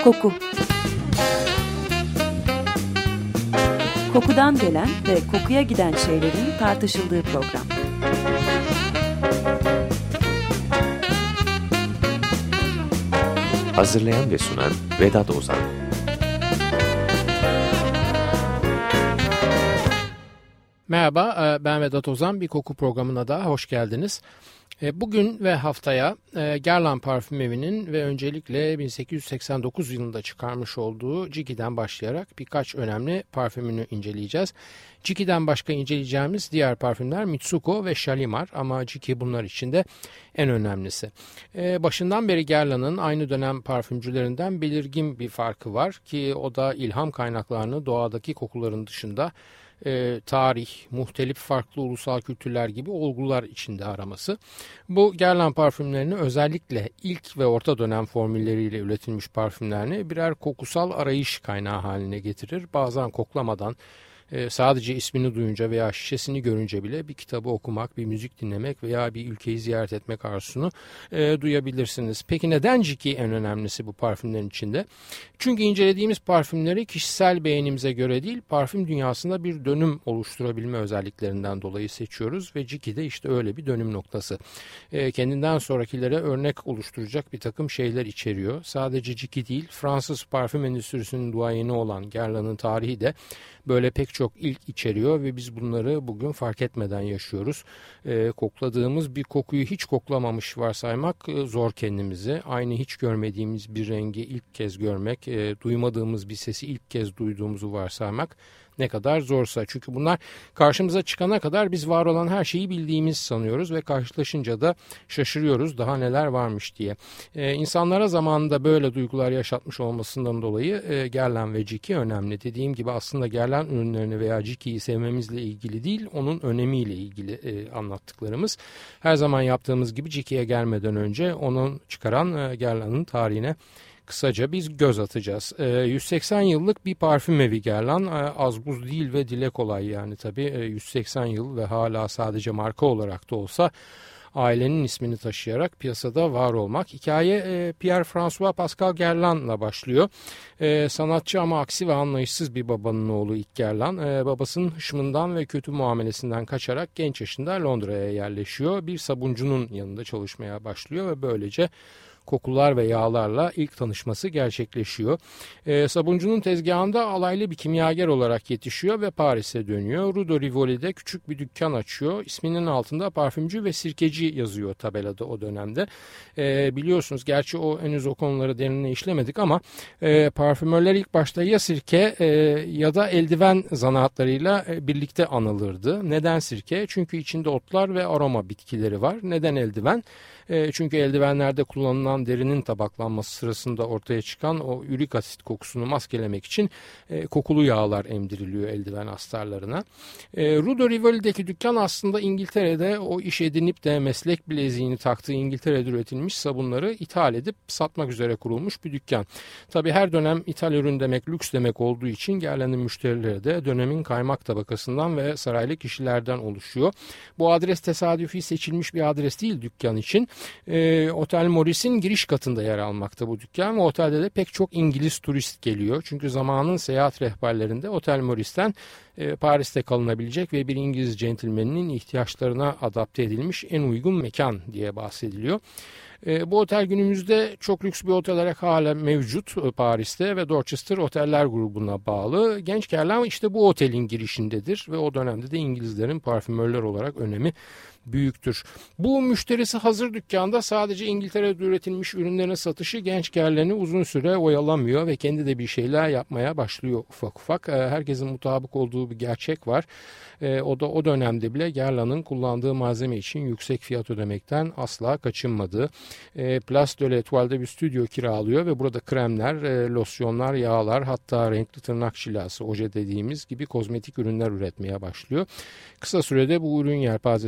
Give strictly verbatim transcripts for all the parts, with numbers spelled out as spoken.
Koku. Kokudan gelen ve kokuya giden şeylerin tartışıldığı program. Hazırlayan ve sunan Vedat Ozan. Merhaba, ben Vedat Ozan. Bir koku programına daha hoş geldiniz. Bugün ve haftaya Guerlain Parfüm Evi'nin ve öncelikle bin sekiz yüz seksen dokuz yılında çıkarmış olduğu Jicky'den başlayarak birkaç önemli parfümünü inceleyeceğiz. Jicky'den başka inceleyeceğimiz diğer parfümler Mitsuko ve Shalimar ama Jicky bunlar içinde en önemlisi. Başından beri Guerlain'ın aynı dönem parfümcülerinden belirgin bir farkı var ki o da ilham kaynaklarını doğadaki kokuların dışında E, tarih, muhtelif farklı ulusal kültürler gibi olgular içinde araması. Bu Guerlain parfümlerini özellikle ilk ve orta dönem formülleriyle üretilmiş parfümlerini birer kokusal arayış kaynağı haline getirir. Bazen koklamadan, e, sadece ismini duyunca veya şişesini görünce bile bir kitabı okumak, bir müzik dinlemek veya bir ülkeyi ziyaret etmek arzusunu e, duyabilirsiniz. Peki neden Jicky en önemlisi bu parfümlerin içinde? Çünkü incelediğimiz parfümleri kişisel beğenimize göre değil, parfüm dünyasında bir dönüm oluşturabilme özelliklerinden dolayı seçiyoruz ve Jicky de işte öyle bir dönüm noktası. E, kendinden sonrakilere örnek oluşturacak bir takım şeyler içeriyor. Sadece Jicky değil, Fransız parfüm endüstrisinin duayeni olan Guerlain'ın tarihi de böyle pek çok ilk içeriyor ve biz bunları bugün fark etmeden yaşıyoruz. E, kokladığımız bir kokuyu hiç koklamamış varsaymak e, zor kendimizi. Aynı hiç görmediğimiz bir rengi ilk kez görmek, e, duymadığımız bir sesi ilk kez duyduğumuzu varsaymak ne kadar zorsa. Çünkü bunlar karşımıza çıkana kadar biz var olan her şeyi bildiğimiz sanıyoruz ve karşılaşınca da şaşırıyoruz daha neler varmış diye. Ee, insanlara zamanında böyle duygular yaşatmış olmasından dolayı e, Guerlain ve Jicky önemli. Dediğim gibi aslında Guerlain ürünlerini veya Jicky'yi sevmemizle ilgili değil, onun önemiyle ilgili e, anlattıklarımız. Her zaman yaptığımız gibi Jicky'ye gelmeden önce onun çıkaran e, Guerlain'ın tarihine kısaca biz göz atacağız. E, yüz seksen yıllık bir parfüm evi Guerlain. E, az buz değil ve dile kolay yani tabii. E, yüz seksen yıl ve hala sadece marka olarak da olsa ailenin ismini taşıyarak piyasada var olmak. Hikaye e, Pierre-François Pascal Guerlain'la başlıyor. E, sanatçı ama aksi ve anlayışsız bir babanın oğlu ilk Guerlain. E, babasının hışmından ve kötü muamelesinden kaçarak genç yaşında Londra'ya yerleşiyor. Bir sabuncunun yanında çalışmaya başlıyor ve böylece kokular ve yağlarla ilk tanışması gerçekleşiyor. E, sabuncunun tezgahında alaylı bir kimyager olarak yetişiyor ve Paris'e dönüyor. Rue de Rivoli'de küçük bir dükkan açıyor. İsminin altında parfümcü ve sirkeci yazıyor tabelada o dönemde. E, biliyorsunuz gerçi o henüz o konuları derinine işlemedik ama e, parfümörler ilk başta ya sirke e, ya da eldiven zanaatlarıyla e, birlikte anılırdı. Neden sirke? Çünkü içinde otlar ve aroma bitkileri var. Neden eldiven? E, çünkü eldivenlerde kullanılan derinin tabaklanması sırasında ortaya çıkan o ürik asit kokusunu maskelemek için e, kokulu yağlar emdiriliyor eldiven astarlarına. E, Rue de Rivoli'deki dükkan aslında İngiltere'de o iş edinip de meslek bileziğini taktığı İngiltere'de üretilmiş sabunları ithal edip satmak üzere kurulmuş bir dükkan. Tabii her dönem ithal ürün demek lüks demek olduğu için Guerlain'in müşterileri de dönemin kaymak tabakasından ve saraylı kişilerden oluşuyor. Bu adres tesadüfi seçilmiş bir adres değil dükkan için. E, Otel Maurice'in giriş katında yer almakta bu dükkan ve otelde de pek çok İngiliz turist geliyor. Çünkü zamanın seyahat rehberlerinde Otel Maurice'ten e, Paris'te kalınabilecek ve bir İngiliz centilmeninin ihtiyaçlarına adapte edilmiş en uygun mekan diye bahsediliyor. E, bu otel günümüzde çok lüks bir otel olarak hala mevcut e, Paris'te ve Dorchester Oteller grubuna bağlı. Genç Guerlain işte bu otelin girişindedir ve o dönemde de İngilizlerin parfümörler olarak önemi büyüktür. Bu müşterisi hazır dükkanda sadece İngiltere'de üretilmiş ürünlerin satışı genç Guerlain'i uzun süre oyalamıyor ve kendi de bir şeyler yapmaya başlıyor ufak ufak. Herkesin mutabık olduğu bir gerçek var. O da o dönemde bile Guerlain'ın kullandığı malzeme için yüksek fiyat ödemekten asla kaçınmadığı. Place de l'Etoile'de bir stüdyo kiralıyor ve burada kremler, losyonlar, yağlar hatta renkli tırnak çilası, oje dediğimiz gibi kozmetik ürünler üretmeye başlıyor. Kısa sürede bu ürün yelpazesine parfüm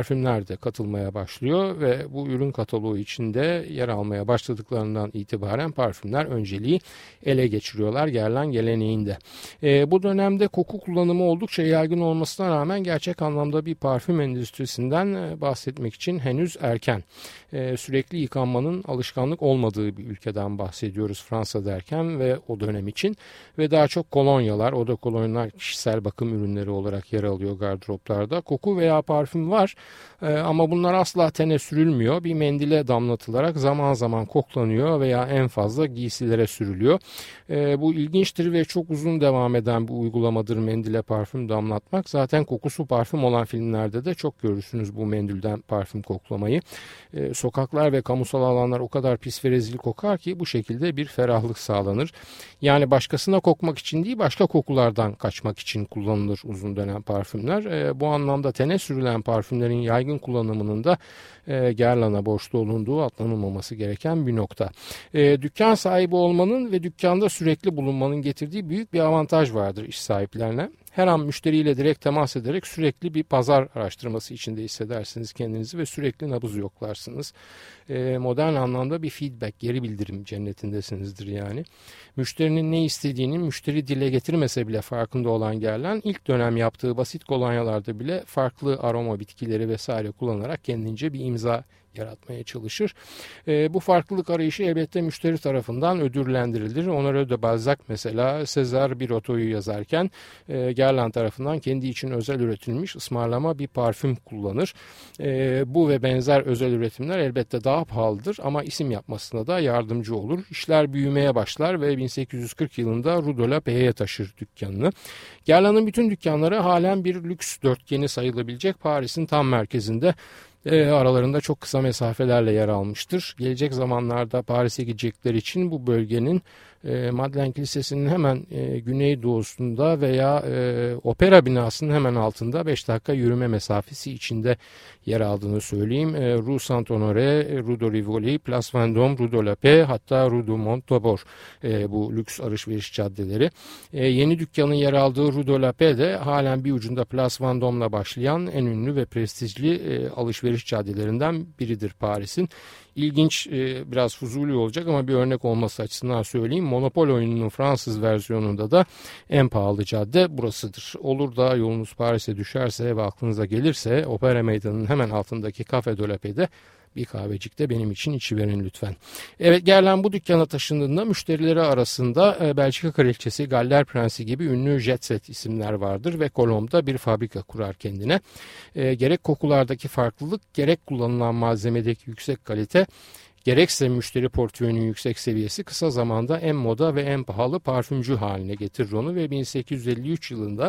parfümler de katılmaya başlıyor ve bu ürün kataloğu içinde yer almaya başladıklarından itibaren parfümler önceliği ele geçiriyorlar Guerlain geleneğinde. E, bu dönemde koku kullanımı oldukça yaygın olmasına rağmen gerçek anlamda bir parfüm endüstrisinden bahsetmek için henüz erken. E, sürekli yıkanmanın alışkanlık olmadığı bir ülkeden bahsediyoruz Fransa derken ve o dönem için ve daha çok kolonyalar, oda kolonyalar kişisel bakım ürünleri olarak yer alıyor gardıroplarda. Koku veya parfüm var e, ama bunlar asla tene sürülmüyor. Bir mendile damlatılarak zaman zaman koklanıyor veya en fazla giysilere sürülüyor. E, bu ilginçtir ve çok uzun devam eden bir uygulamadır mendile parfüm damlatmak. Zaten kokusu parfüm olan filmlerde de çok görürsünüz bu mendilden parfüm koklamayı. E, sokaklar ve kamusal alanlar o kadar pis ve rezil kokar ki bu şekilde bir ferahlık sağlanır. Yani başkasına kokmak için değil başka kokulardan kaçmak için kullanılır uzun dönem parfümler. E, bu anlamda tene sürülen parfümlerin yaygın kullanımının da e, Guerlain'a borçlu olunduğu atlanılmaması gereken bir nokta. E, dükkan sahibi olmanın ve dükkanda sürekli bulunmanın getirdiği büyük bir avantaj vardır iş sahiplerine. Her an müşteriyle direkt temas ederek sürekli bir pazar araştırması içinde hissedersiniz kendinizi ve sürekli nabız yoklarsınız. E, modern anlamda bir feedback, geri bildirim cennetindesinizdir yani. Müşterinin ne istediğinin müşteri dile getirmese bile farkında olan Guerlain ilk dönem yaptığı basit kolonyalarda bile farklı aroma bitkileri vesaire kullanarak kendince bir imza yaratmaya çalışır. E, bu farklılık arayışı elbette müşteri tarafından ödüllendirilir. Honoré de Balzac mesela César Birotteau'yu yazarken e, Guerlain tarafından kendi için özel üretilmiş ısmarlama bir parfüm kullanır. E, bu ve benzer özel üretimler elbette daha pahalıdır ama isim yapmasına da yardımcı olur. İşler büyümeye başlar ve bin sekiz yüz kırk yılında Rue de la Paix'e taşır dükkanını. Guerlain'ın bütün dükkanları halen bir lüks dörtgeni sayılabilecek Paris'in tam merkezinde. E, aralarında çok kısa mesafelerle yer almıştır. Gelecek zamanlarda Paris'e gidecekler için bu bölgenin e, Madeleine Kilisesi'nin hemen e, güneydoğusunda veya e, opera binasının hemen altında beş dakika yürüme mesafesi içinde yer aldığını söyleyeyim. E, Rue Saint-Honoré, Rue de Rivoli, Place Vendôme, Rue de la Paix hatta Rue de Montauban e, bu lüks alışveriş caddeleri. E, yeni dükkanın yer aldığı Rue de la Paix'de halen bir ucunda Place Vendôme'la başlayan en ünlü ve prestijli e, alışveriş caddelerinden biridir Paris'in. İlginç, e, biraz fuzuli olacak ama bir örnek olması açısından söyleyeyim. Monopol oyununun Fransız versiyonunda da en pahalı cadde burasıdır. Olur da yolunuz Paris'e düşerse ve aklınıza gelirse Opera Meydanı'nın hemen altındaki Café de la Paix'de bir kahvecikte benim için içiverin lütfen. Evet, Guerlain bu dükkana taşındığında müşterileri arasında e, Belçika Kraliçesi, Galler Prensi gibi ünlü jet set isimler vardır ve Colombe'da bir fabrika kurar kendine. E, gerek kokulardaki farklılık, gerek kullanılan malzemedeki yüksek kalite, gerekse müşteri portföyünün yüksek seviyesi kısa zamanda en moda ve en pahalı parfümcü haline getirir onu ve bin sekiz yüz elli üç yılında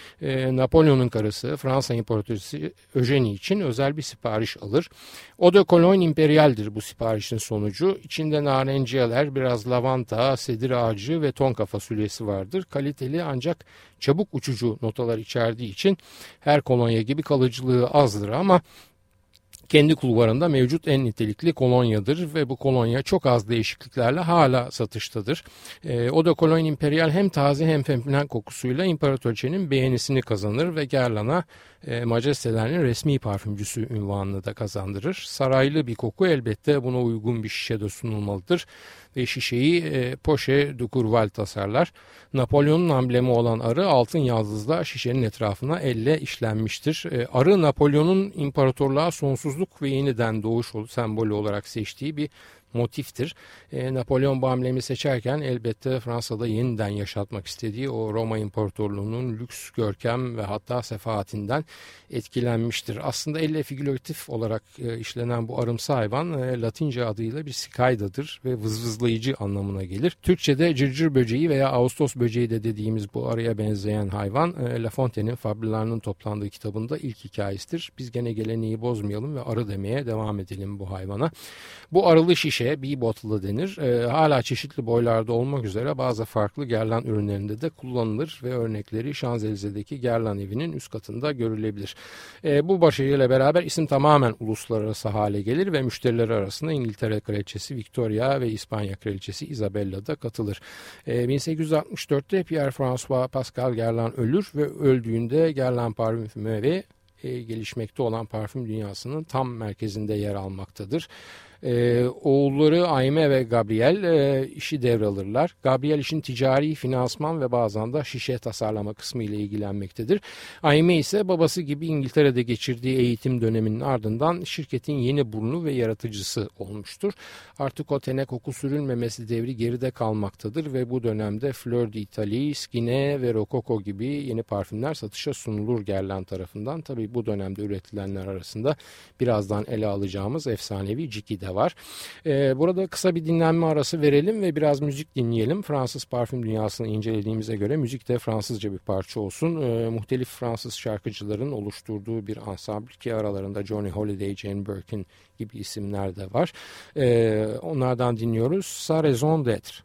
e, Napolyon'un karısı Fransa İmparatoriçesi Eugenie için özel bir sipariş alır. Eau de Cologne imperialdir bu siparişin sonucu. İçinde narenciyeler, biraz lavanta, sedir ağacı ve tonka fasulyesi vardır. Kaliteli ancak çabuk uçucu notalar içerdiği için her kolonya gibi kalıcılığı azdır ama kendi kulvarında mevcut en nitelikli kolonyadır ve bu kolonya çok az değişikliklerle hala satıştadır. E, Eau de Cologne Imperial hem taze hem feminen kokusuyla imparatoriçenin beğenisini kazanır ve Guerlain'a e, majestelerinin resmi parfümcüsü unvanını da kazandırır. Saraylı bir koku elbette buna uygun bir şişede sunulmalıdır ve şişeyi e, Poche de Courval tasarlar. Napolyon'un amblemi olan arı altın yaldızla şişenin etrafına elle işlenmiştir. E, arı Napolyon'un imparatorluğa sonsuzluk ve yeniden doğuş sembolü olarak seçtiği bir motiftir. E, Napolyon bu amblemi seçerken elbette Fransa'da yeniden yaşatmak istediği o Roma İmparatorluğu'nun lüks, görkem ve hatta sefaatinden etkilenmiştir. Aslında elle figüratif olarak e, işlenen bu arımsı hayvan e, Latince adıyla bir sikaydadır ve vızvızlayıcı anlamına gelir. Türkçe'de cırcır böceği veya Ağustos böceği de dediğimiz bu arıya benzeyen hayvan e, La Fontaine'in Fablelarının toplandığı kitabında ilk hikayesidir. Biz gene geleneği bozmayalım ve arı demeye devam edelim bu hayvana. Bu arılı şişe bee bottle'ı denir. E, hala çeşitli boylarda olmak üzere bazı farklı Guerlain ürünlerinde de kullanılır ve örnekleri Şanzelize'deki Guerlain evinin üst katında görülebilir. E, bu başarıyla beraber isim tamamen uluslararası hale gelir ve müşterileri arasında İngiltere Kraliçesi Victoria ve İspanya Kraliçesi Isabella da katılır. E, bin sekiz yüz altmış dörtte Pierre François Pascal Guerlain ölür ve öldüğünde Guerlain parfümü ve e, gelişmekte olan parfüm dünyasının tam merkezinde yer almaktadır. Ee, oğulları Aime ve Gabriel e, işi devralırlar. Gabriel işin ticari, finansman ve bazen de şişe tasarlama kısmı ile ilgilenmektedir. Aime ise babası gibi İngiltere'de geçirdiği eğitim döneminin ardından şirketin yeni burnu ve yaratıcısı olmuştur. Artık o tene koku sürülmemesi devri geride kalmaktadır ve bu dönemde Fleur d'Italie, Skine ve Rococo gibi yeni parfümler satışa sunulur Guerlain tarafından. Tabii bu dönemde üretilenler arasında birazdan ele alacağımız efsanevi Jiki de var. Ee, burada kısa bir dinlenme arası verelim ve biraz müzik dinleyelim. Fransız parfüm dünyasını incelediğimize göre müzik de Fransızca bir parça olsun. Ee, muhtelif Fransız şarkıcıların oluşturduğu bir ansambl ki aralarında Johnny Hallyday, Jane Birkin gibi isimler de var. Ee, onlardan dinliyoruz. Sa raison d'être.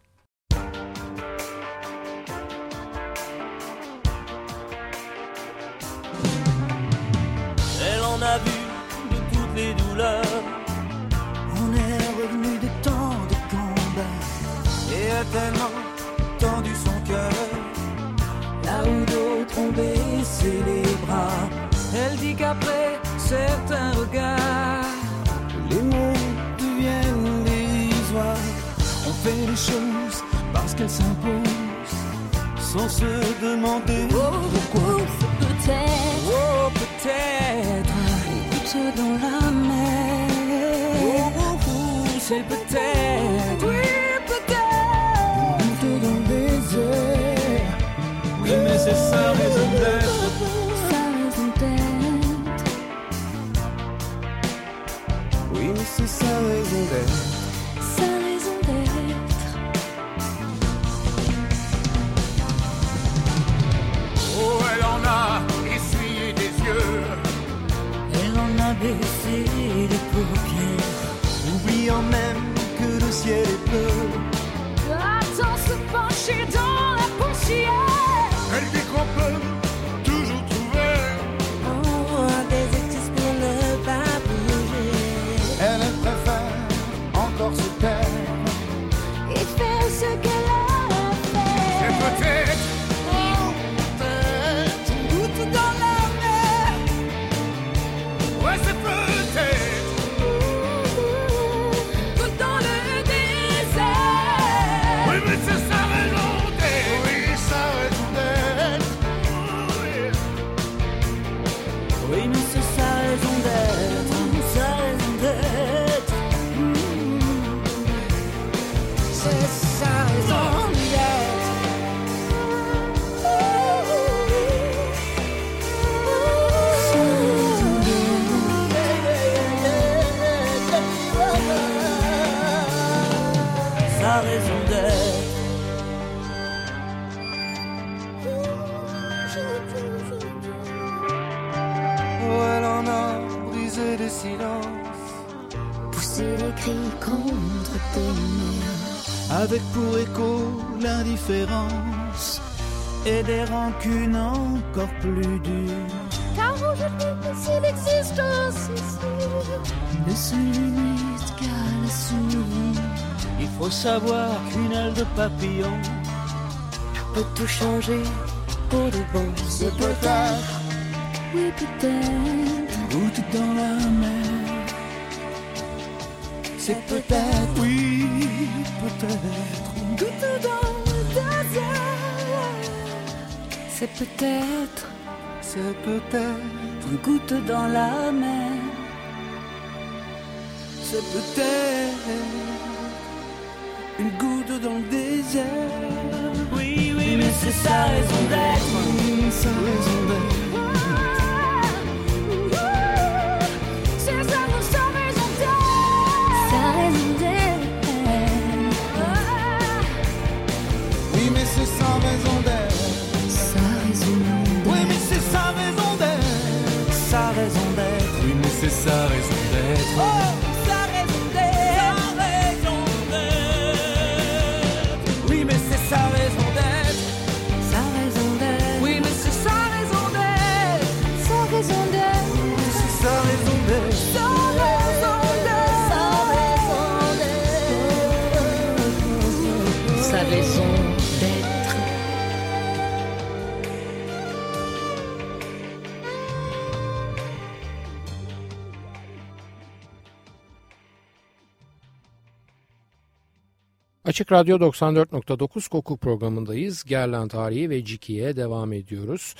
Elle en a vu de toutes les douleurs. On est revenu des temps de combat et a tellement tendu son cœur. Là où d'autres ont baissé les bras, elle dit qu'après certains regards, les mots deviennent dérisoires. On fait les choses parce qu'elles s'imposent, sans se demander oh, pourquoi. Peut-être, oh peut-être, goutte dans la mer. Oh, oh, oh, c'est peut-être, oui peut-être, goutte dans le désert. Oui mais c'est sa raison d'être. Sa raison d'être. Oui mais c'est sa raison d'être. Sa raison d'être. Oh elle en a essuyé des yeux, elle en a baissé les paupières, oubliant même que le ciel est bleu. Attends se pencher dans la poussière. Elle dit qu'on peut toujours trouver Oh, des excuses pour ne pas bouger. Elle préfère encore se taire Et faire ce qu'elle a fait. et peut-être Oh, peut-être une goutte dans la mer. ouais c'est peut-être Goutte dans le désert. oui mais c'est sa raison d'être. Oui sa raison d'être. Oui mais c'est sa raison d'être. Sa raison d'être. C'est sa raison d'être. Sa raison d'être. Oh, elle en a brisé des silences, Pousser les cris contre tes murs. avec pour écho l'indifférence et des rancunes encore plus dures. Car aujourd'hui, s'il existe aussi ne se limite qu'à la souris. Il faut savoir qu'une aile de papillon Peut tout changer pour de bon. c'est peut-être Oui, peut-être. une goutte dans la mer. C'est peut-être, oui, peut-être Une goutte dans le désert. C'est peut-être c'est peut-être, une goutte dans la mer. c'est peut-être une goutte dans le désert. Oui, oui, mais c'est sa raison d'être. Sa raison d'être. C'est ça, sa raison d'être. Sa raison d'être. Oui, mais c'est sa raison d'être. Sa raison d'être. Oui, mais c'est sa raison d'être. Sa raison d'être. Oui, mais c'est sa raison d'être. Oh, sa raison d'être. Sa raison d'être. Oui, mais c'est sa raison d'être. Sa raison d'être. Oui, mais c'est sa raison d'être. Sa raison d'être. C'est sa raison d'être. Sa raison d'être. Sa raison d'être. Açık Radyo doksan dört nokta dokuz Koku programındayız. Guerlain tarihi ve Jiki'ye devam ediyoruz.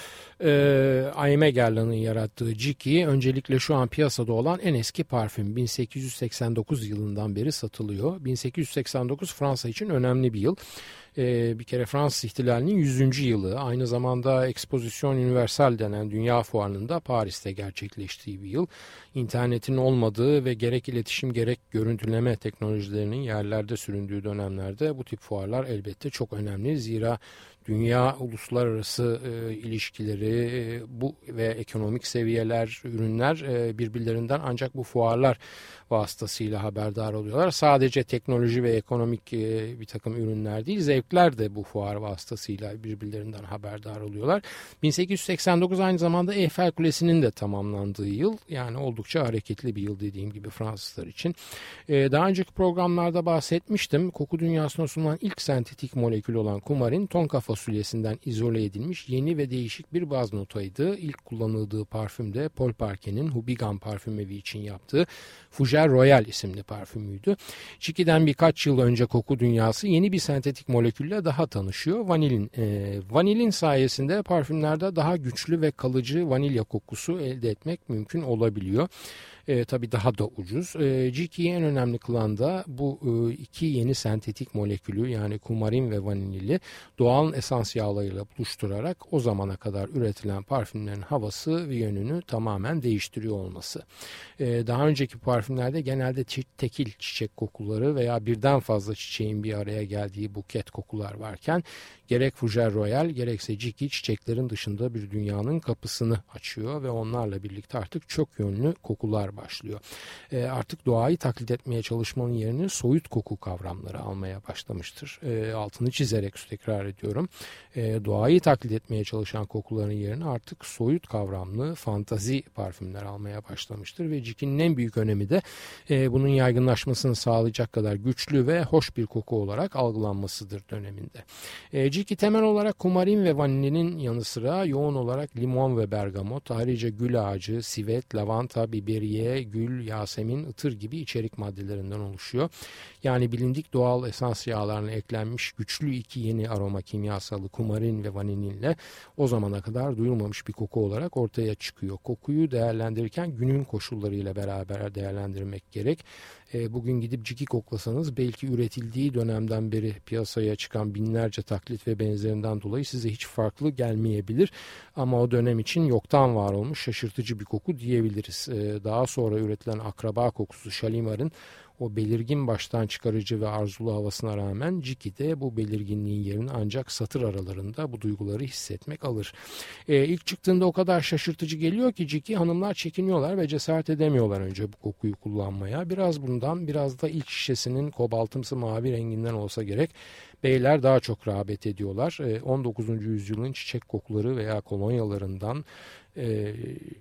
Ee, Aimé Guerlain'in yarattığı Jiki öncelikle şu an piyasada olan en eski parfüm. bin sekiz yüz seksen dokuz yılından beri satılıyor. bin sekiz yüz seksen dokuz Fransa için önemli bir yıl. Ee, bir kere Fransız ihtilalinin yüzüncü yılı, aynı zamanda Exposition Universelle denen dünya fuarının da Paris'te gerçekleştiği bir yıl. İnternetin olmadığı ve gerek iletişim gerek görüntüleme teknolojilerinin yerlerde süründüğü dönemlerde bu tip fuarlar elbette çok önemli. Zira dünya uluslararası e, ilişkileri e, bu ve ekonomik seviyeler, ürünler e, birbirlerinden ancak bu fuarlar vasıtasıyla haberdar oluyorlar. Sadece teknoloji ve ekonomik e, bir takım ürünler değil, zevkler de bu fuar vasıtasıyla birbirlerinden haberdar oluyorlar. bin sekiz yüz seksen dokuz aynı zamanda Eyfel Kulesi'nin de tamamlandığı yıl. Yani oldukça hareketli bir yıl dediğim gibi Fransızlar için. E, daha önceki programlarda bahsetmiştim. Koku dünyasına sunulan ilk sentetik molekül olan kumarin tonka fasulyesinden izole edilmiş yeni ve değişik bir baz notaydı. İlk kullanıldığı parfüm de Paul Parquet'in Houbigant parfümevi için yaptığı Fougère Royale isimli parfümüydü. Jiki'den birkaç yıl önce koku dünyası yeni bir sentetik molekülle daha tanışıyor. Vanilin. E, vanilin sayesinde parfümlerde daha güçlü ve kalıcı vanilya kokusu elde etmek mümkün olabiliyor. E, tabii daha da ucuz. E, Jiki'yi en önemli kılan da bu e, iki yeni sentetik molekülü, yani kumarin ve vanili doğal esans yağlarıyla buluşturarak o zamana kadar üretilen parfümlerin havası ve yönünü tamamen değiştiriyor olması. E, daha önceki parfümlerde genelde tekil çiçek kokuları veya birden fazla çiçeğin bir araya geldiği buket kokular varken gerek Fougère Royale gerekse Jiki çiçeklerin dışında bir dünyanın kapısını açıyor ve onlarla birlikte artık çok yönlü kokular başlıyor. E, artık doğayı taklit etmeye çalışmanın yerini soyut koku kavramları almaya başlamıştır. E, altını çizerek tekrar ediyorum. E, doğayı taklit etmeye çalışan kokuların yerini artık soyut kavramlı fantazi parfümler almaya başlamıştır ve Jiki'nin en büyük önemi de e, bunun yaygınlaşmasını sağlayacak kadar güçlü ve hoş bir koku olarak algılanmasıdır döneminde. E, Jiki temel olarak kumarin ve vanilinin yanı sıra yoğun olarak limon ve bergamot, ayrıca gül ağacı, sivet, lavanta, biberiye, gül, yasemin, ıtır gibi içerik maddelerinden oluşuyor. Yani bilindik doğal esans yağlarına eklenmiş güçlü iki yeni aroma kimyasalı kumarin ve vanilinle o zamana kadar duyulmamış bir koku olarak ortaya çıkıyor. Kokuyu değerlendirirken günün koşullarıyla beraber değerlendirmek gerek. E, bugün gidip Jiki koklasanız belki üretildiği dönemden beri piyasaya çıkan binlerce taklit ve benzerinden dolayı size hiç farklı gelmeyebilir. Ama o dönem için yoktan var olmuş şaşırtıcı bir koku diyebiliriz. E, daha sonra üretilen akraba kokusu Şalimar'ın o belirgin baştan çıkarıcı ve arzulu havasına rağmen Jiki'de bu belirginliğin yerini ancak satır aralarında bu duyguları hissetmek alır. Ee, ilk çıktığında o kadar şaşırtıcı geliyor ki Jiki, hanımlar çekiniyorlar ve cesaret edemiyorlar önce bu kokuyu kullanmaya. Biraz bundan, biraz da ilk şişesinin kobaltımsı mavi renginden olsa gerek beyler daha çok rağbet ediyorlar. Ee, on dokuzuncu yüzyılın çiçek kokuları veya kolonyalarından E,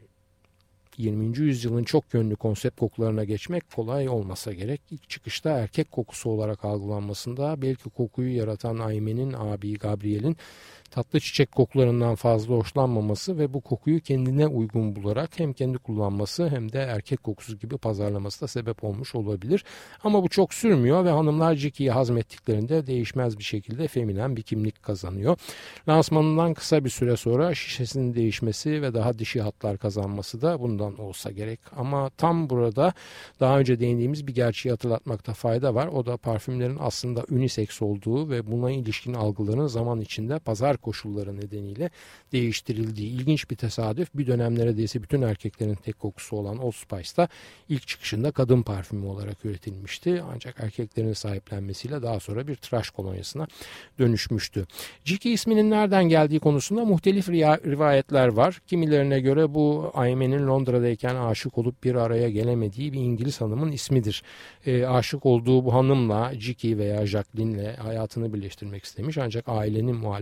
yirminci yüzyılın çok yönlü konsept kokularına geçmek kolay olmasa gerek. İlk çıkışta erkek kokusu olarak algılanmasında belki kokuyu yaratan Aimé'nin abi Gabriel'in tatlı çiçek kokularından fazla hoşlanmaması ve bu kokuyu kendine uygun bularak hem kendi kullanması hem de erkek kokusu gibi pazarlaması da sebep olmuş olabilir. Ama bu çok sürmüyor ve hanımlar Jiki'yi hazmettiklerinde değişmez bir şekilde feminen bir kimlik kazanıyor. Lansmanından kısa bir süre sonra şişesinin değişmesi ve daha dişi hatlar kazanması da bundan olsa gerek. Ama tam burada daha önce değindiğimiz bir gerçeği hatırlatmakta fayda var. O da parfümlerin aslında unisex olduğu ve buna ilişkin algıların zaman içinde pazar koşulları nedeniyle değiştirildiği ilginç bir tesadüf. Bir dönem neredeyse bütün erkeklerin tek kokusu olan Old Spice'da ilk çıkışında kadın parfümü olarak üretilmişti. Ancak erkeklerin sahiplenmesiyle daha sonra bir tıraş kolonyasına dönüşmüştü. Jiki isminin nereden geldiği konusunda muhtelif rivayetler var. Kimilerine göre bu Aimé'nin Londra'dayken aşık olup bir araya gelemediği bir İngiliz hanımın ismidir. E, aşık olduğu bu hanımla Jiki veya Jacqueline'le hayatını birleştirmek istemiş ancak ailenin muhalefeti yüzünden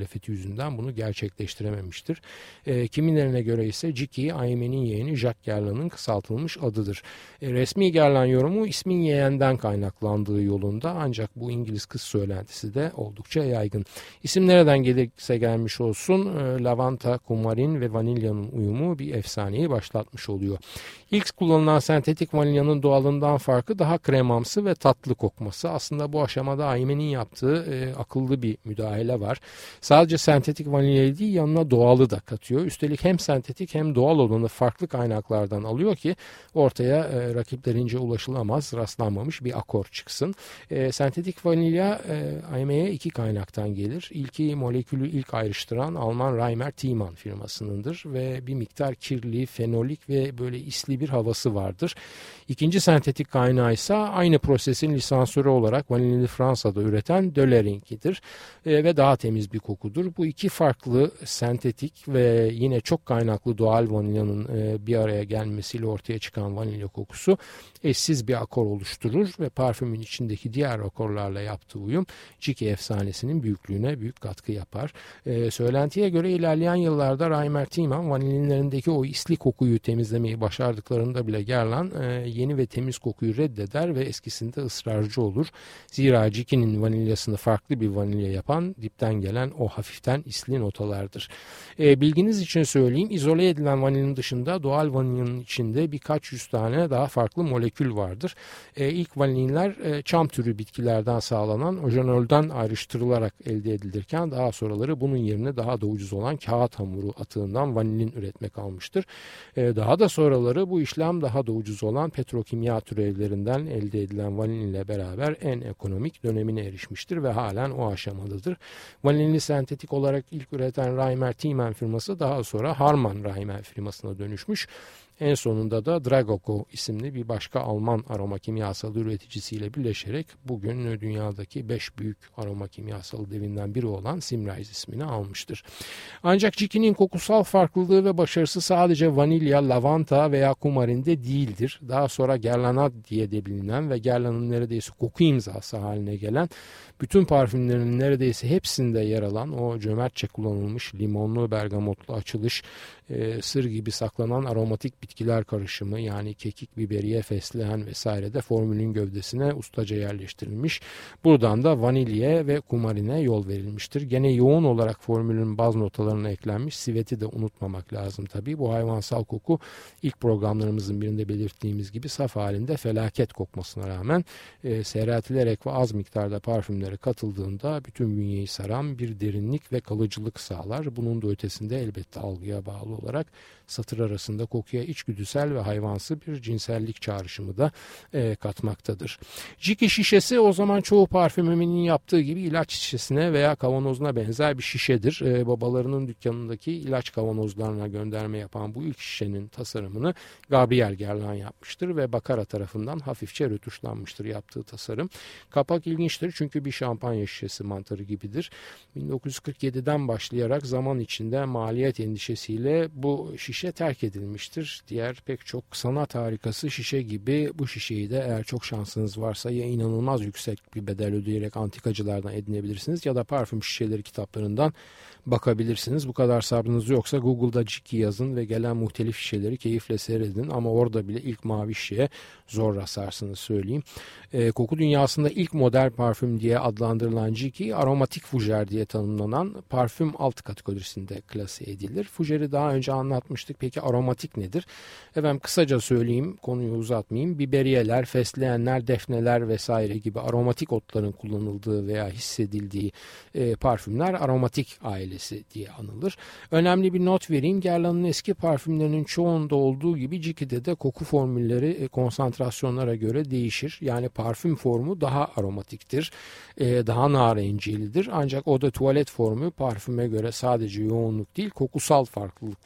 yüzünden bunu gerçekleştirememiştir. E, kimilerine göre ise Jiki, Aime'nin yeğeni Jacques Guerlain'in kısaltılmış adıdır. E, resmi Guerlain yorumu ismin yeğenden kaynaklandığı yolunda, ancak bu İngiliz kız söylentisi de oldukça yaygın. İsim nereden gelirse gelmiş olsun e, lavanta, kumarin ve vanilyanın uyumu bir efsaneyi başlatmış oluyor. İlk kullanılan sentetik vanilyanın doğalından farkı daha kremamsı ve tatlı kokması. Aslında bu aşamada Aime'nin yaptığı e, akıllı bir müdahale var. Sadece sentetik vanilya değil, yanına doğalı da katıyor. Üstelik hem sentetik hem doğal olanı farklı kaynaklardan alıyor ki ortaya e, rakiplerince ulaşılamaz, rastlanmamış bir akor çıksın. E, sentetik vanilya e, Aime'ye iki kaynaktan gelir. İlki molekülü ilk ayrıştıran Alman Reimer Thiemann firmasınındır ve bir miktar kirli, fenolik ve böyle isli bir havası vardır. İkinci sentetik kaynağı ise aynı prosesin lisansörü olarak vanilini Fransa'da üreten Döleringi'dir e, ve daha temiz bir kokudur. Bu iki farklı sentetik ve yine çok kaynaklı doğal vanilyanın e, bir araya gelmesiyle ortaya çıkan vanilya kokusu eşsiz bir akor oluşturur ve parfümün içindeki diğer akorlarla yaptığı uyum Jiki efsanesinin büyüklüğüne büyük katkı yapar. E, söylentiye göre ilerleyen yıllarda Reimer Thiemann vanilinlerindeki o isli kokuyu temizlemeyi başardıklarında bile Guerlain e, yeni ve temiz kokuyu reddeder ve eskisinde ısrarcı olur. Zira Jiki'nin vanilyasını farklı bir vanilya yapan dipten gelen o hafiften isli notalardır. E, bilginiz için söyleyeyim, izole edilen vanilin dışında doğal vanilyanın içinde birkaç yüz tane daha farklı molekül vardır. E, ilk vanilinler e, çam türü bitkilerden sağlanan ojenolden ayrıştırılarak elde edilirken daha sonraları bunun yerine daha da ucuz olan kağıt hamuru atığından vanilin üretmek almıştır. E, daha da sonraları bu işlem daha da ucuz olan petrokimya türevlerinden elde edilen vanilin ile beraber en ekonomik dönemine erişmiştir ve halen o aşamadadır. Vanilini sentetik olarak ilk üreten Reimer Thiemann firması daha sonra Harman Reimer firmasına dönüşmüş. En sonunda da Dragoko isimli bir başka Alman aroma kimyasalı üreticisiyle birleşerek bugün dünyadaki beş büyük aroma kimyasalı devinden biri olan Symrise ismini almıştır. Ancak Jiki'nin kokusal farklılığı ve başarısı sadece vanilya, lavanta veya kumarinde değildir. Daha sonra Guerlain diye de bilinen ve Guerlain'in neredeyse koku imzası haline gelen, bütün parfümlerinin neredeyse hepsinde yer alan o cömertçe kullanılmış limonlu, bergamotlu açılış, e, sır gibi saklanan aromatik bitkiler karışımı, yani kekik, biberiye, fesleğen vesaire de formülün gövdesine ustaca yerleştirilmiş. Buradan da vanilya ve kumarine yol verilmiştir. Gene yoğun olarak formülün baz notalarına eklenmiş siveti de unutmamak lazım tabii. Bu hayvansal koku ilk programlarımızın birinde belirttiğimiz gibi saf halinde felaket kokmasına rağmen e, seyreltilerek ve az miktarda parfümlere katıldığında bütün bünyeyi saran bir derinlik ve kalıcılık sağlar. Bunun da ötesinde elbette algıya bağlı olarak satır arasında kokuya içgüdüsel ve hayvansı bir cinsellik çağrışımı da e, katmaktadır. Jiki şişesi o zaman çoğu parfümümünün yaptığı gibi ilaç şişesine veya kavanozuna benzer bir şişedir. E, babalarının dükkanındaki ilaç kavanozlarına gönderme yapan bu ilk şişenin tasarımını Gabriel Guerlain yapmıştır ve Baccarat tarafından hafifçe rötuşlanmıştır yaptığı tasarım. Kapak ilginçtir çünkü bir şampanya şişesi mantarı gibidir. bin dokuz yüz kırk yediden başlayarak zaman içinde maliyet endişesiyle bu şişe terk edilmiştir. Diğer pek çok sanat harikası şişe gibi bu şişeyi de eğer çok şansınız varsa ya inanılmaz yüksek bir bedel ödeyerek antikacılardan edinebilirsiniz ya da parfüm şişeleri kitaplarından bakabilirsiniz. Bu kadar sabrınız yoksa Google'da Jiki yazın ve gelen muhtelif şişeleri keyifle seyredin ama orada bile ilk mavi şişeye zor rastlarsınız söyleyeyim. E, koku dünyasında ilk modern parfüm diye adlandırılan Jiki, aromatik fujer diye tanımlanan parfüm alt kategorisinde klase edilir. Fujeri daha önce anlatmıştık. Peki aromatik nedir? Efendim kısaca söyleyeyim, konuyu uzatmayayım. Biberiyeler, fesleğenler, defneler vesaire gibi aromatik otların kullanıldığı veya hissedildiği e, parfümler aromatik ailesi diye anılır. Önemli bir not vereyim. Guerlain'in eski parfümlerinin çoğunda olduğu gibi Jiki'de de koku formülleri e, konsantrasyonlara göre değişir. Yani parfüm formu daha aromatiktir. E, daha narencilidir. Ancak o da tuvalet formu parfüme göre sadece yoğunluk değil, kokusal farklılıklar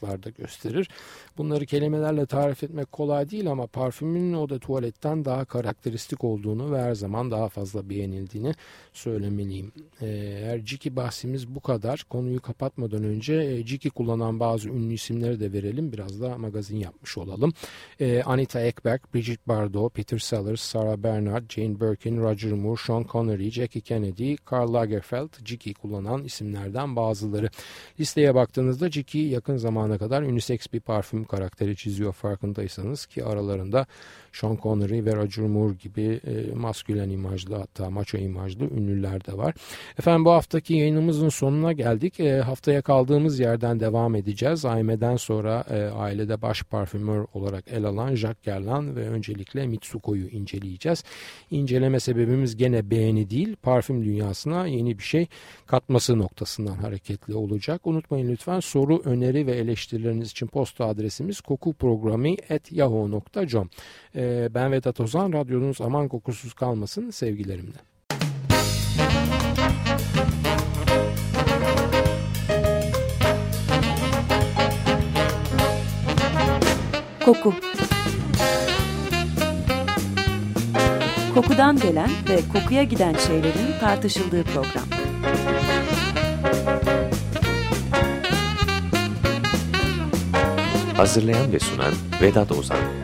ışıklarda gösterir. Bunları kelimelerle tarif etmek kolay değil ama parfümün Eau de Toilette'ten daha karakteristik olduğunu ve her zaman daha fazla beğenildiğini söylemeliyim. Eğer Ciki bahsimiz bu kadar. Konuyu kapatmadan önce Ciki kullanan bazı ünlü isimleri de verelim. Biraz da magazin yapmış olalım. Anita Ekberg, Brigitte Bardot, Peter Sellers, Sarah Bernhardt, Jane Birkin, Roger Moore, Sean Connery, Jackie Kennedy, Karl Lagerfeld, Ciki kullanan isimlerden bazıları. Listeye baktığınızda Ciki yakın zamana kadar unisex bir parfüm karakteri çiziyor farkındaysanız ki aralarında Sean Connery ve Roger Moore gibi e, maskülen imajlı hatta maço imajlı ünlüler de var. Efendim bu haftaki yayınımızın sonuna geldik. E, haftaya kaldığımız yerden devam edeceğiz. A M D'den sonra e, ailede baş parfümör olarak el alan Jacques Guerlain ve öncelikle Mitsuko'yu inceleyeceğiz. İnceleme sebebimiz gene beğeni değil, parfüm dünyasına yeni bir şey katması noktasından hareketli olacak. Unutmayın lütfen soru, öneri ve eleştirileriniz için posta adresimiz kokuprogrami at yahoo nokta com. Ee, ben Vedat Ozan, radyonuz aman kokusuz kalmasın sevgilerimle. Koku. Kokudan gelen ve kokuya giden şeylerin tartışıldığı program. Hazırlayan ve sunan Vedat Ozan.